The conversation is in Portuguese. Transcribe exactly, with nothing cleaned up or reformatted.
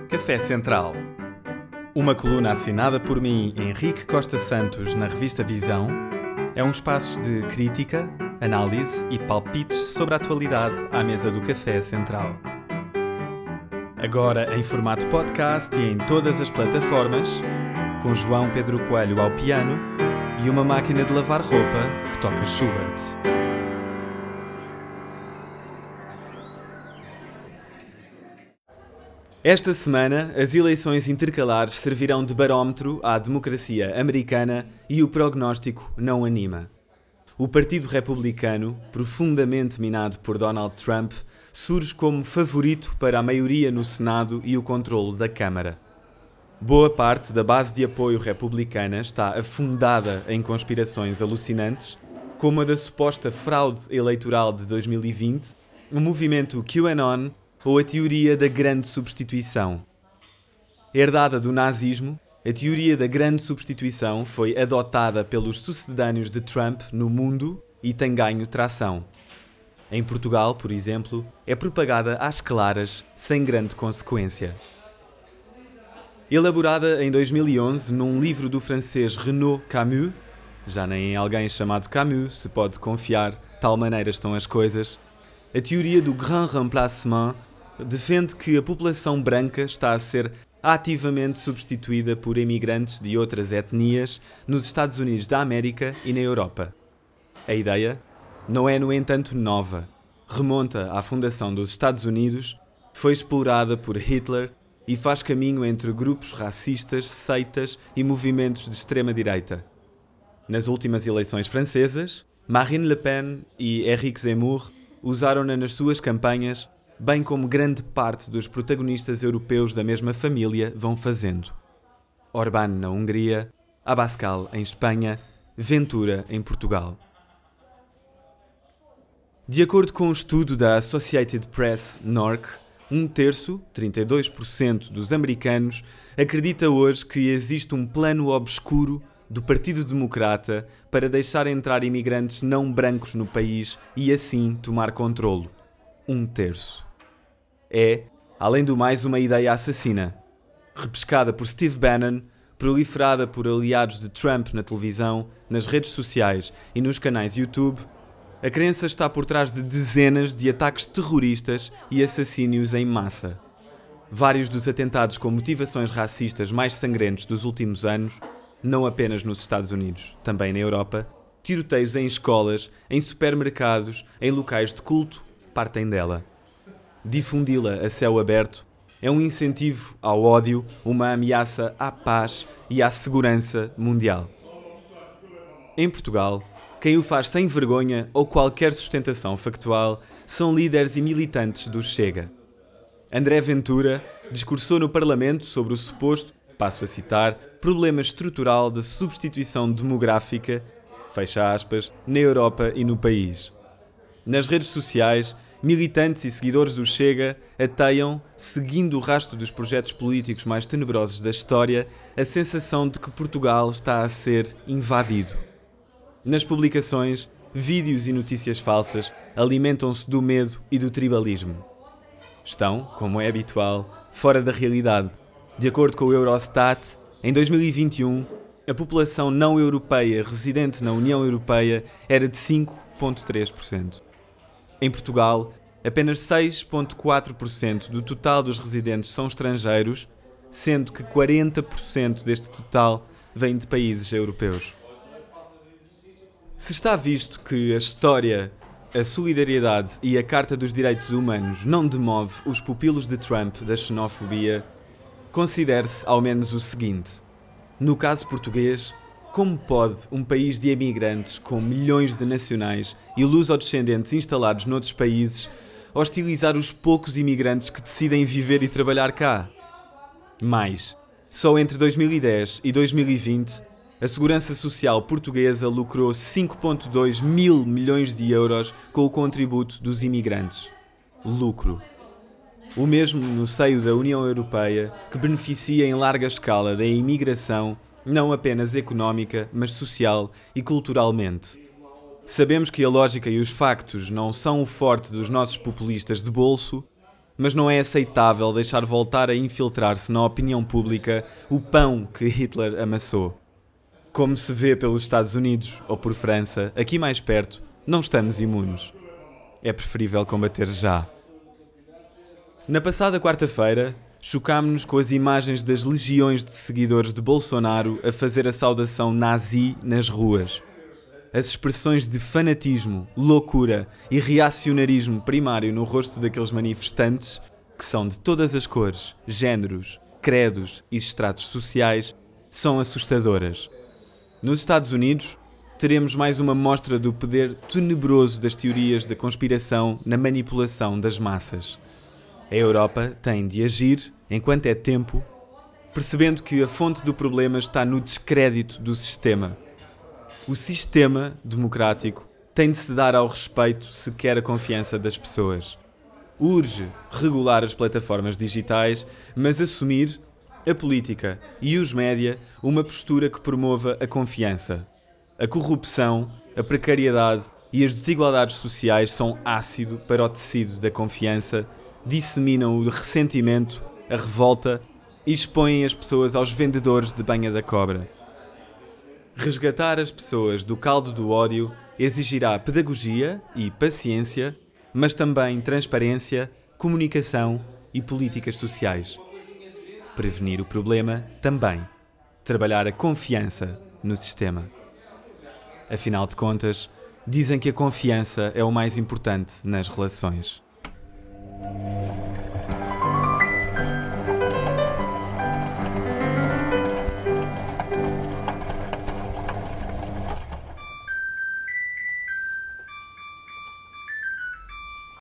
Café Central. Uma coluna assinada por mim, Henrique Costa Santos, na revista Visão, é um espaço de crítica, análise e palpites sobre a atualidade à mesa do Café Central. Agora em formato podcast e em todas as plataformas, com João Pedro Coelho ao piano e uma máquina de lavar roupa que toca Schubert. Esta semana, as eleições intercalares servirão de barómetro à democracia americana e o prognóstico não anima. O Partido Republicano, profundamente minado por Donald Trump, surge como favorito para a maioria no Senado e o controlo da Câmara. Boa parte da base de apoio republicana está afundada em conspirações alucinantes, como a da suposta fraude eleitoral de dois mil e vinte, o movimento QAnon ou a teoria da grande substituição. Herdada do nazismo, a teoria da grande substituição foi adotada pelos sucedâneos de Trump no mundo e tem ganho tração. Em Portugal, por exemplo, é propagada às claras, sem grande consequência. Elaborada em dois mil e onze num livro do francês Renaud Camus, já nem em alguém chamado Camus se pode confiar, tal maneira estão as coisas, a teoria do Grand Remplacement defende que a população branca está a ser ativamente substituída por imigrantes de outras etnias nos Estados Unidos da América e na Europa. A ideia não é, no entanto, nova. Remonta à fundação dos Estados Unidos, foi explorada por Hitler e faz caminho entre grupos racistas, seitas e movimentos de extrema-direita. Nas últimas eleições francesas, Marine Le Pen e Éric Zemmour usaram-na nas suas campanhas, bem como grande parte dos protagonistas europeus da mesma família vão fazendo. Orbán na Hungria, Abascal em Espanha, Ventura em Portugal. De acordo com um estudo da Associated Press N O R C, um terço, trinta e dois por cento dos americanos, acredita hoje que existe um plano obscuro do Partido Democrata para deixar entrar imigrantes não brancos no país e assim tomar controlo. Um terço. É, além do mais, uma ideia assassina. Repescada por Steve Bannon, proliferada por aliados de Trump na televisão, nas redes sociais e nos canais YouTube, a crença está por trás de dezenas de ataques terroristas e assassínios em massa. Vários dos atentados com motivações racistas mais sangrentos dos últimos anos, não apenas nos Estados Unidos, também na Europa, tiroteios em escolas, em supermercados, em locais de culto, partem dela. Difundi-la a céu aberto é um incentivo ao ódio, uma ameaça à paz e à segurança mundial. Em Portugal, quem o faz sem vergonha ou qualquer sustentação factual são líderes e militantes do Chega. André Ventura discursou no Parlamento sobre o suposto, passo a citar, problema estrutural da substituição demográfica, fecha aspas, na Europa e no país. Nas redes sociais, militantes e seguidores do Chega ateiam, seguindo o rastro dos projetos políticos mais tenebrosos da história, a sensação de que Portugal está a ser invadido. Nas publicações, vídeos e notícias falsas alimentam-se do medo e do tribalismo. Estão, como é habitual, fora da realidade. De acordo com o Eurostat, em dois mil e vinte e um, a população não europeia residente na União Europeia era de cinco vírgula três por cento. Em Portugal, apenas seis vírgula quatro por cento do total dos residentes são estrangeiros, sendo que quarenta por cento deste total vem de países europeus. Se está visto que a história, a solidariedade e a Carta dos Direitos Humanos não demove os pupilos de Trump da xenofobia, considere-se ao menos o seguinte. No caso português, como pode um país de imigrantes com milhões de nacionais e luso-descendentes instalados noutros países hostilizar os poucos imigrantes que decidem viver e trabalhar cá? Mais, só entre dois mil e dez e dois mil e vinte, a Segurança Social portuguesa lucrou cinco vírgula dois mil milhões de euros com o contributo dos imigrantes. Lucro. O mesmo no seio da União Europeia, que beneficia em larga escala da imigração, não apenas económica, mas social e culturalmente. Sabemos que a lógica e os factos não são o forte dos nossos populistas de bolso, Mas não é aceitável deixar voltar a infiltrar-se na opinião pública o pão que Hitler amassou. Como se vê pelos Estados Unidos ou por França, aqui mais perto, não estamos imunes. É preferível combater já. Na passada quarta-feira, chocámos-nos com as imagens das legiões de seguidores de Bolsonaro a fazer a saudação nazi nas ruas. As expressões de fanatismo, loucura e reacionarismo primário no rosto daqueles manifestantes, que são de todas as cores, géneros, credos e estratos sociais, são assustadoras. Nos Estados Unidos, teremos mais uma mostra do poder tenebroso das teorias da conspiração na manipulação das massas. A Europa tem de agir, enquanto é tempo, percebendo que a fonte do problema está no descrédito do sistema. O sistema democrático tem de se dar ao respeito se quer a confiança das pessoas. Urge regular as plataformas digitais, mas assumir, a política e os média, uma postura que promova a confiança. A corrupção, a precariedade e as desigualdades sociais são ácido para o tecido da confiança, disseminam o ressentimento, a revolta e expõem as pessoas aos vendedores de banha da cobra. Resgatar as pessoas do caldo do ódio exigirá pedagogia e paciência, mas também transparência, comunicação e políticas sociais. Prevenir o problema também. Trabalhar a confiança no sistema. Afinal de contas, dizem que a confiança é o mais importante nas relações.